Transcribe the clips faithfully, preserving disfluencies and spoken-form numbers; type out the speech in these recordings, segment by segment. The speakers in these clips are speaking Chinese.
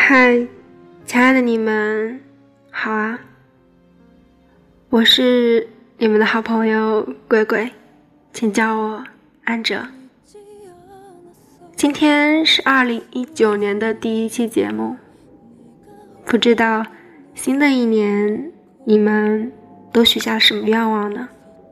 嗨，亲爱的你们好啊，我是你们的好朋友鬼鬼，请叫我安哲。今天是二零一九年的第一期节目，不知道新的一年你们都许下什么愿望呢？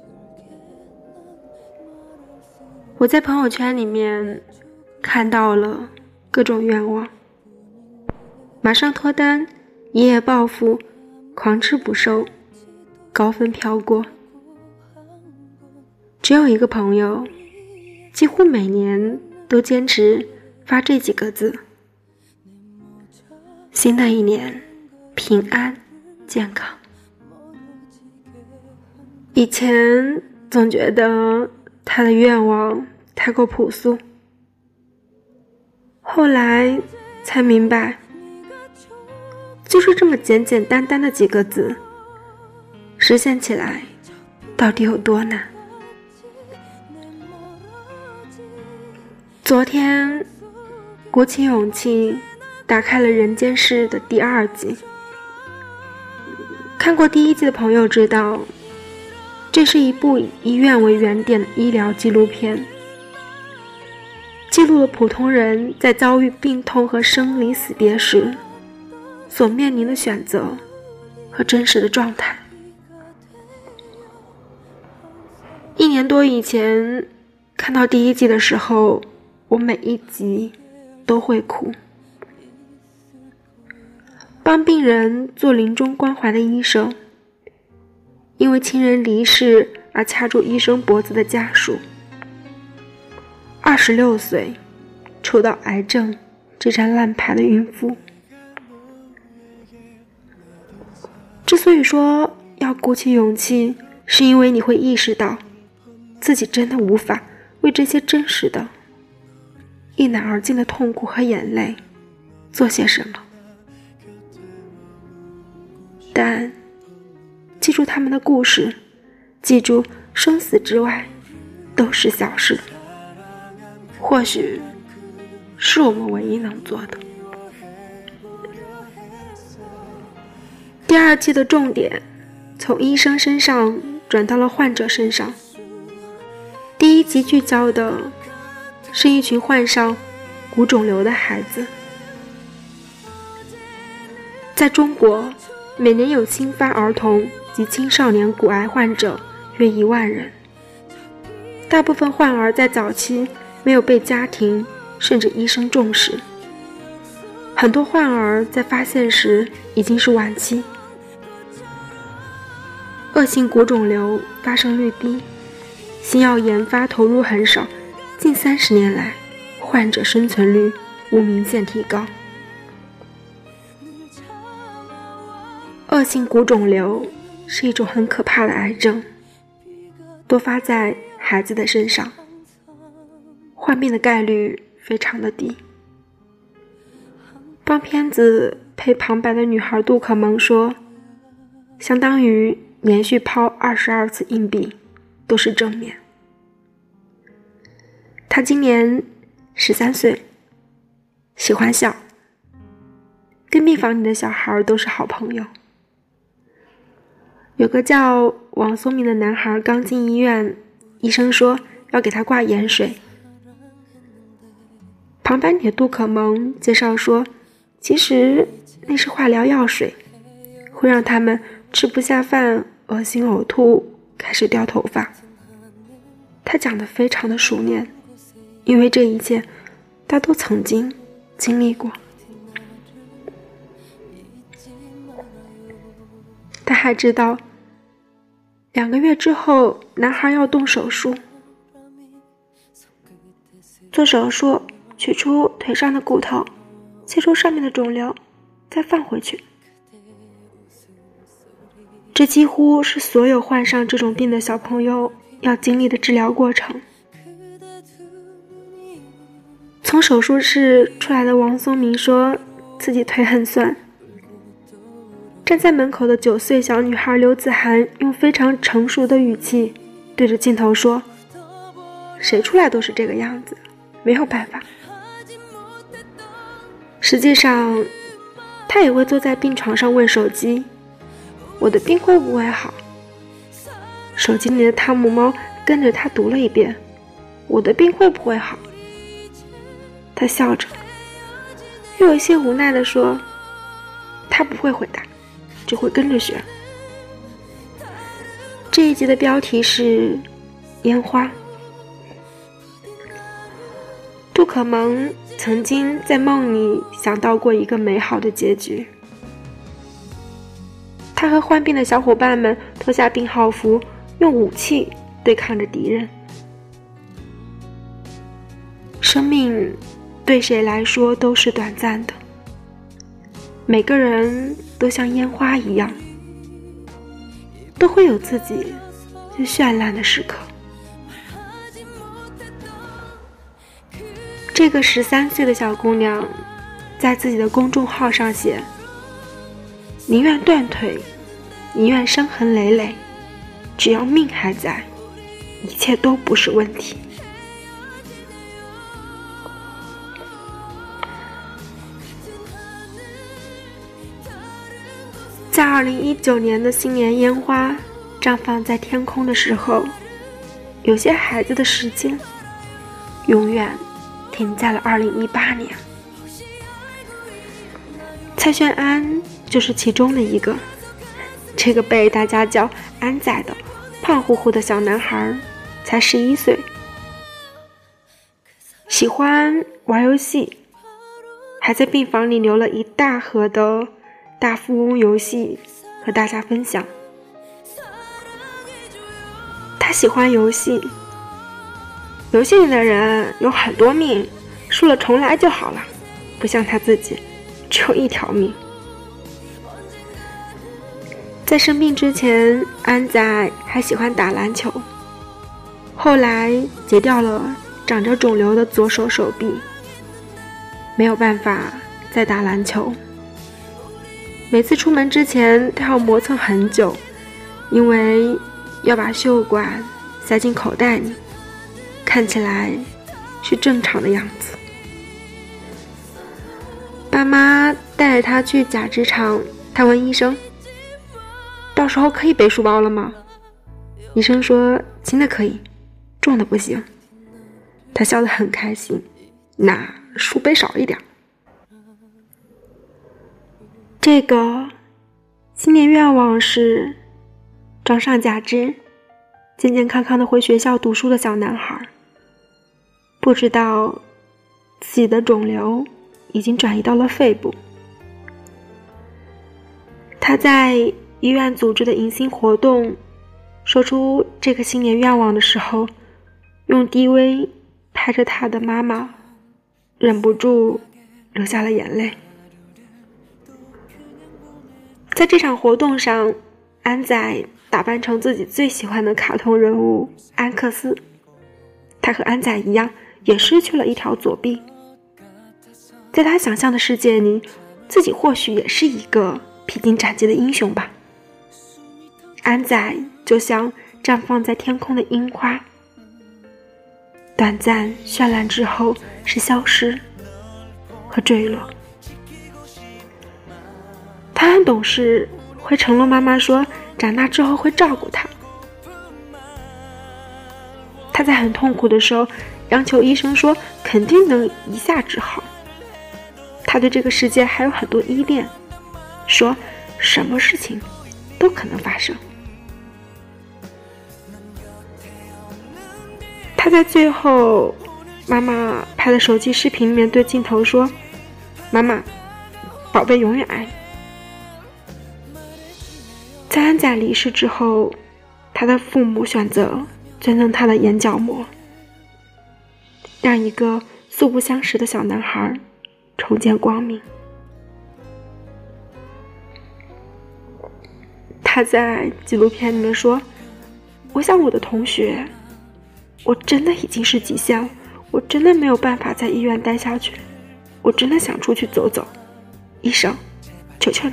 我在朋友圈里面看到了各种愿望，马上脱单，一夜暴富，狂吃不瘦，高分飘过。只有一个朋友几乎每年都坚持发这几个字：新的一年平安健康。以前总觉得他的愿望太过朴素，后来才明白，就是这么简简单单的几个字，实现起来到底有多难。昨天鼓起勇气打开了《人间世》的第二集，看过第一季的朋友知道，这是一部以医院为原点的医疗纪录片，记录了普通人在遭遇病痛和生离死别时所面临的选择和真实的状态。一年多以前看到第一季的时候，我每一集都会哭。帮病人做临终关怀的医生，因为亲人离世而掐住医生脖子的家属，二十六岁抽到癌症这张烂牌的孕妇。之所以说要鼓起勇气，是因为你会意识到自己真的无法为这些真实的一奶而尽的痛苦和眼泪做些什么，但记住他们的故事，记住生死之外都是小事，或许是我们唯一能做的。第二季的重点从医生身上转到了患者身上。第一集聚焦的是一群患上骨肿瘤的孩子。在中国，每年有新发儿童及青少年骨癌患者约一万人，大部分患儿在早期没有被家庭甚至医生重视，很多患儿在发现时已经是晚期。恶性骨肿瘤发生率低，新药研发投入很少，近三十年来患者生存率无明显提高。恶性骨肿瘤是一种很可怕的癌症，多发在孩子的身上，患病的概率非常的低。帮片子配旁白的女孩杜可萌说，相当于连续抛二十二次硬币都是正面。她今年十三岁，喜欢笑，跟病房里的小孩都是好朋友。有个叫王松明的男孩刚进医院，医生说要给他挂盐水。旁白里的杜可萌介绍说，其实那是化疗药水，会让他们吃不下饭，恶心呕吐，开始掉头发。他讲得非常的熟练，因为这一切他都曾经经历过。他还知道两个月之后男孩要动手术，做手术取出腿上的骨头，切除上面的肿瘤，再放回去。这几乎是所有患上这种病的小朋友要经历的治疗过程。从手术室出来的王松明说自己腿很酸。站在门口的九岁小女孩刘子涵用非常成熟的语气对着镜头说，谁出来都是这个样子，没有办法。实际上他也会坐在病床上问手机，我的病会不会好？手机里的汤姆猫跟着他读了一遍，我的病会不会好？他笑着，又有些无奈地说，他不会回答，只会跟着学。这一集的标题是烟花。杜可蒙曾经在梦里想到过一个美好的结局，他和患病的小伙伴们脱下病号服，用武器对抗着敌人。生命对谁来说都是短暂的，每个人都像烟花一样，都会有自己最绚烂的时刻。这个十三岁的小姑娘在自己的公众号上写，宁愿断腿，宁愿伤痕累累，只要命还在，一切都不是问题。在二零一九年的新年烟花绽放在天空的时候，有些孩子的时间永远停在了二零一八年。蔡炫安就是其中的一个，这个被大家叫安仔的胖乎乎的小男孩才十一岁，喜欢玩游戏，还在病房里留了一大盒的大富翁游戏和大家分享。他喜欢游戏，游戏里的人有很多命，输了重来就好了，不像他自己只有一条命。在生病之前，安仔还喜欢打篮球，后来截掉了长着肿瘤的左手手臂，没有办法再打篮球。每次出门之前他要磨蹭很久，因为要把袖管塞进口袋里，看起来是正常的样子。爸妈带着他去假肢厂，他问医生，到时候可以背书包了吗？医生说轻的可以，重的不行。他笑得很开心，那书背少一点。这个新年愿望是装上假肢，健健康康的回学校读书的小男孩，不知道自己的肿瘤已经转移到了肺部。他在医院组织的迎新活动说出这个新年愿望的时候，用低微拍着他的妈妈，忍不住流下了眼泪。在这场活动上，安仔打扮成自己最喜欢的卡通人物安克斯，他和安仔一样也失去了一条左臂。在他想象的世界里，自己或许也是一个披荆斩棘的英雄吧。安仔就像绽放在天空的樱花，短暂绚烂之后是消失和坠落。他很懂事，会承诺妈妈说长大之后会照顾他。他在很痛苦的时候央求医生说肯定能一下治好。他对这个世界还有很多依恋，说什么事情都可能发生。他在最后妈妈拍的手机视频里面对镜头说，妈妈，宝贝永远爱你。在安仔离世之后，他的父母选择捐赠他的眼角膜，让一个素不相识的小男孩重见光明。他在纪录片里面说，我想我的同学，我真的已经是极限了，我真的没有办法在医院待下去，我真的想出去走走，医生，求求你。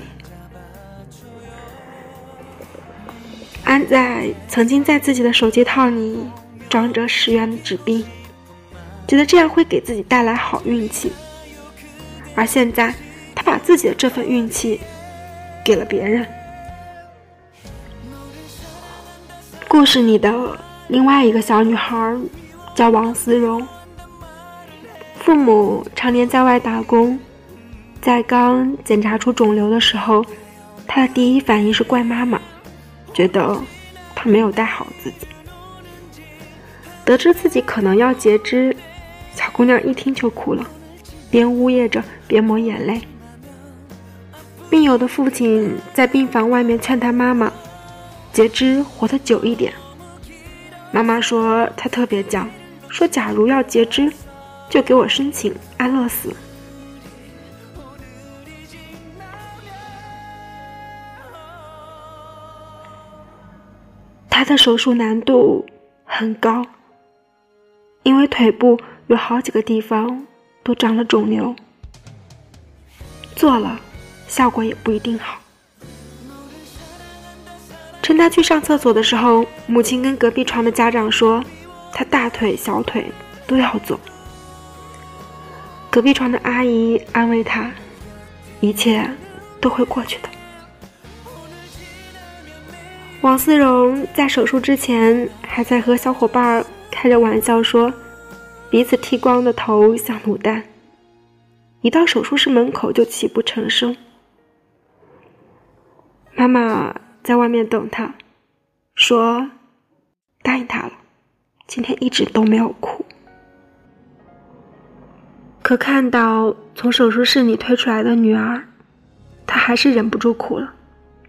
安仔曾经在自己的手机套里装着十元的纸币，觉得这样会给自己带来好运气，而现在他把自自己的这份运气给了别人。故事里的另外一个小女孩叫王思荣，父母常年在外打工，在刚检查出肿瘤的时候，她的第一反应是怪妈妈，觉得她没有带好自己。得知自己可能要截肢，小姑娘一听就哭了，边呜咽着边抹眼泪。病友的父亲在病房外面劝她妈妈截肢活得久一点。妈妈说她特别犟，说假如要截肢就给我申请安乐死。她的手术难度很高，因为腿部有好几个地方都长了肿瘤，做了效果也不一定好。趁他去上厕所的时候，母亲跟隔壁床的家长说他大腿小腿都要做。隔壁床的阿姨安慰他，一切都会过去的。王思荣在手术之前还在和小伙伴开着玩笑说彼此剃光的头像卤蛋，一到手术室门口就泣不成声。妈妈在外面等他，说答应他了，今天一直都没有哭。可看到从手术室里推出来的女儿，他还是忍不住哭了。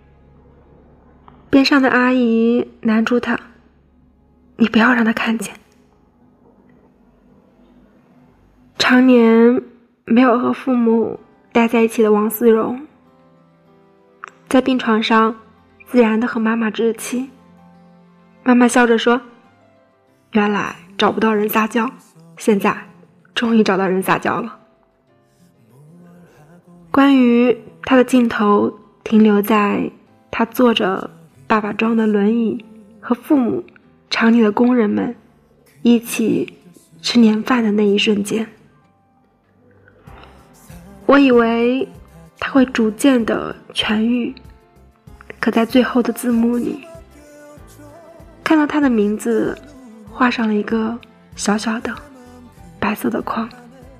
边上的阿姨拦住他，你不要让他看见。常年没有和父母待在一起的王思荣，在病床上自然地和妈妈置气。妈妈笑着说，原来找不到人撒娇，现在终于找到人撒娇了。关于他的镜头停留在他坐着爸爸装的轮椅，和父母厂里的工人们一起吃年饭的那一瞬间。我以为他会逐渐的痊愈，可在最后的字幕里，看到他的名字画上了一个小小的白色的框。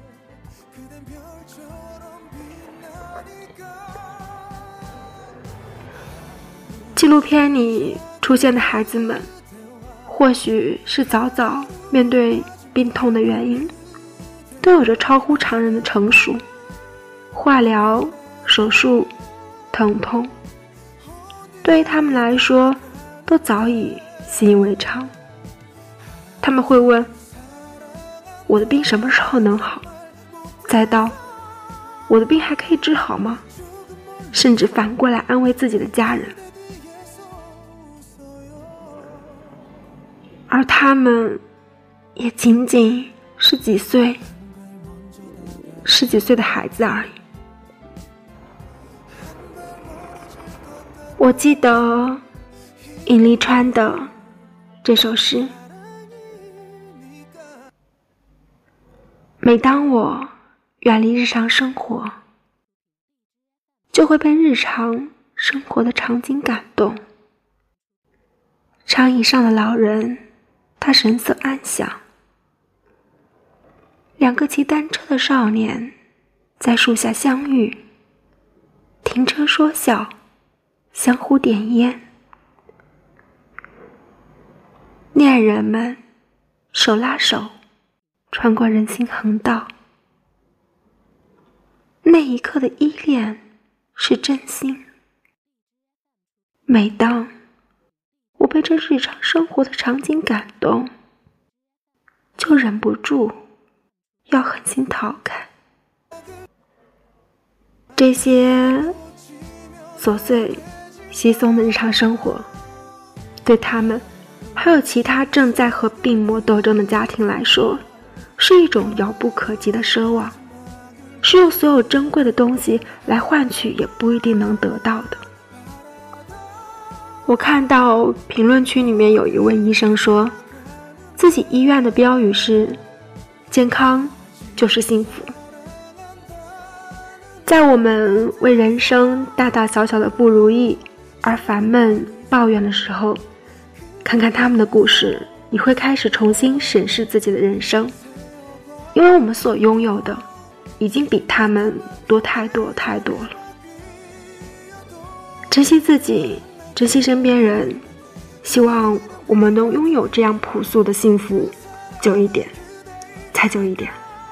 纪录片里出现的孩子们，或许是早早面对病痛的原因，都有着超乎常人的成熟。化疗、手术、疼痛，对于他们来说都早已习以为常。他们会问，我的病什么时候能好？再到，我的病还可以治好吗？甚至反过来安慰自己的家人。而他们也仅仅是几岁十几岁的孩子而已。我记得尹丽川的这首诗，每当我远离日常生活，就会被日常生活的场景感动。长椅上的老人，他神色安详。两个骑单车的少年在树下相遇，停车说笑，相互点烟。恋人们手拉手穿过人行横道，那一刻的依恋是真心。每当我被这日常生活的场景感动，就忍不住要狠心逃开。这些琐碎稀松的日常生活，对他们还有其他正在和病魔斗争的家庭来说，是一种遥不可及的奢望，是用所有珍贵的东西来换取也不一定能得到的。我看到评论区里面有一位医生说，自己医院的标语是健康就是幸福。 在我们为人生大大小小的不如意而烦闷抱怨的时候，看看他们的故事，你会开始重新审视自己的人生，因为我们所拥有的已经比他们多太多太多了。珍惜自己，珍惜身边人，希望我们能拥有这样朴素的幸福久一点，再久一点。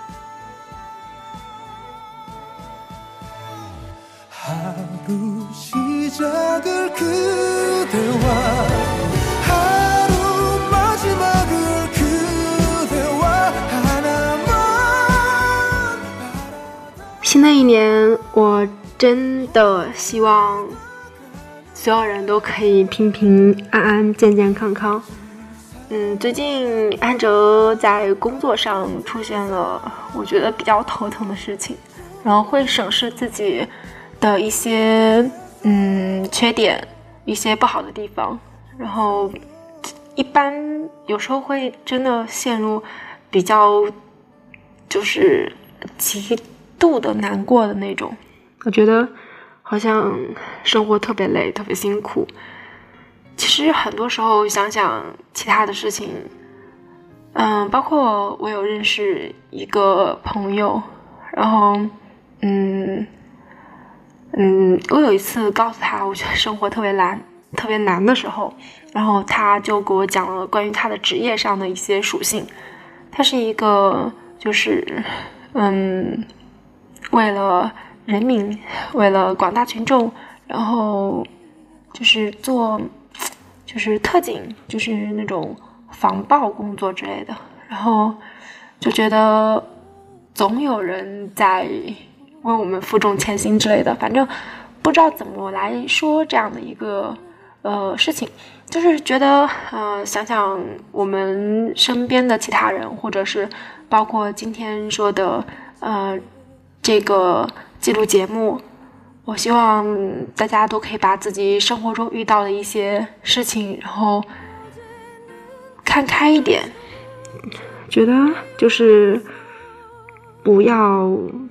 新的一年，我真的希望所有人都可以平平安安、健健康康。嗯，最近安哲在工作上出现了我觉得比较头疼的事情，然后会审视自己的一些嗯缺点，一些不好的地方，然后一般有时候会真的陷入比较就是极度的难过的那种。我觉得好像生活特别累，特别辛苦。其实很多时候想想其他的事情，嗯，包括我有认识一个朋友，然后嗯嗯，我有一次告诉他我觉得生活特别难特别难的时候，然后他就给我讲了关于他的职业上的一些属性。他是一个就是嗯为了人民，为了广大群众，然后就是做就是特警，就是那种防暴工作之类的，然后就觉得总有人在为我们负重前行之类的，反正不知道怎么来说这样的一个呃事情，就是觉得呃想想我们身边的其他人，或者是包括今天说的呃这个记录节目，我希望大家都可以把自己生活中遇到的一些事情，然后看开一点，觉得就是不要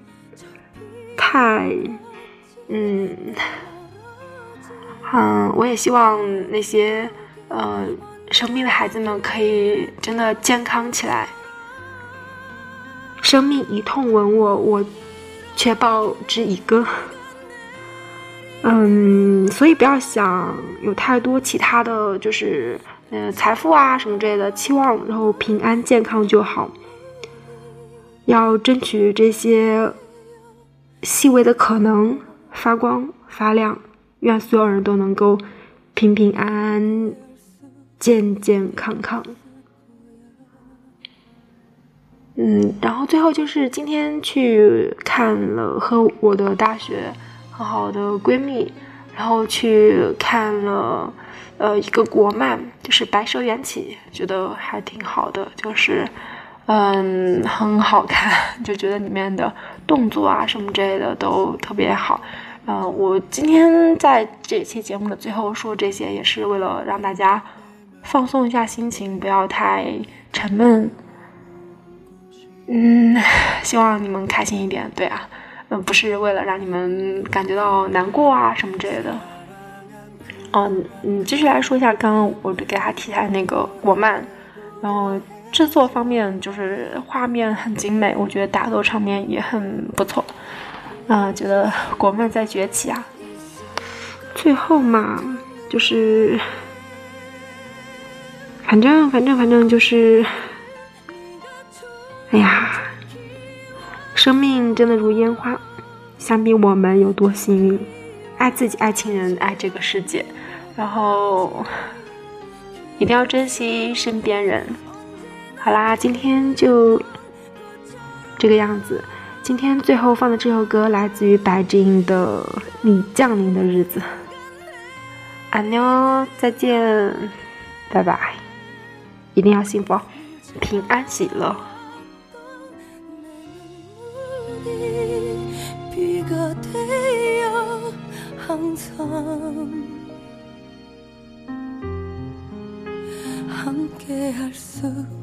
太嗯嗯，我也希望那些呃生病的孩子们可以真的健康起来。生命一痛吻我，我却报之以歌。嗯，所以不要想有太多其他的就是呃财富啊什么之类的期望，然后平安健康就好。要争取这些细微的可能发光发亮，愿所有人都能够平平安安健健康康。嗯，然后最后就是今天去看了和我的大学很好的闺蜜，然后去看了呃一个国漫，就是《白蛇缘起》，觉得还挺好的，就是嗯很好看，就觉得里面的动作啊什么之类的都特别好。呃，我今天在这期节目的最后说这些，也是为了让大家放松一下心情，不要太沉闷。嗯，希望你们开心一点，对啊，嗯，不是为了让你们感觉到难过啊什么之类的。嗯嗯，继续来说一下刚刚我给他提下那个国漫，然后制作方面就是画面很精美，我觉得打斗场面也很不错。啊、呃，觉得国漫在崛起啊。最后嘛，就是反正反正反正就是。哎呀，生命真的如烟花，相比我们有多幸运，爱自己，爱亲人，爱这个世界，然后一定要珍惜身边人。好啦，今天就这个样子。今天最后放的这首歌来自于白鲸的《你降临的日子》。安妞，再见，拜拜，一定要幸福，平安喜乐。 비가 되어 항상 함께 할 수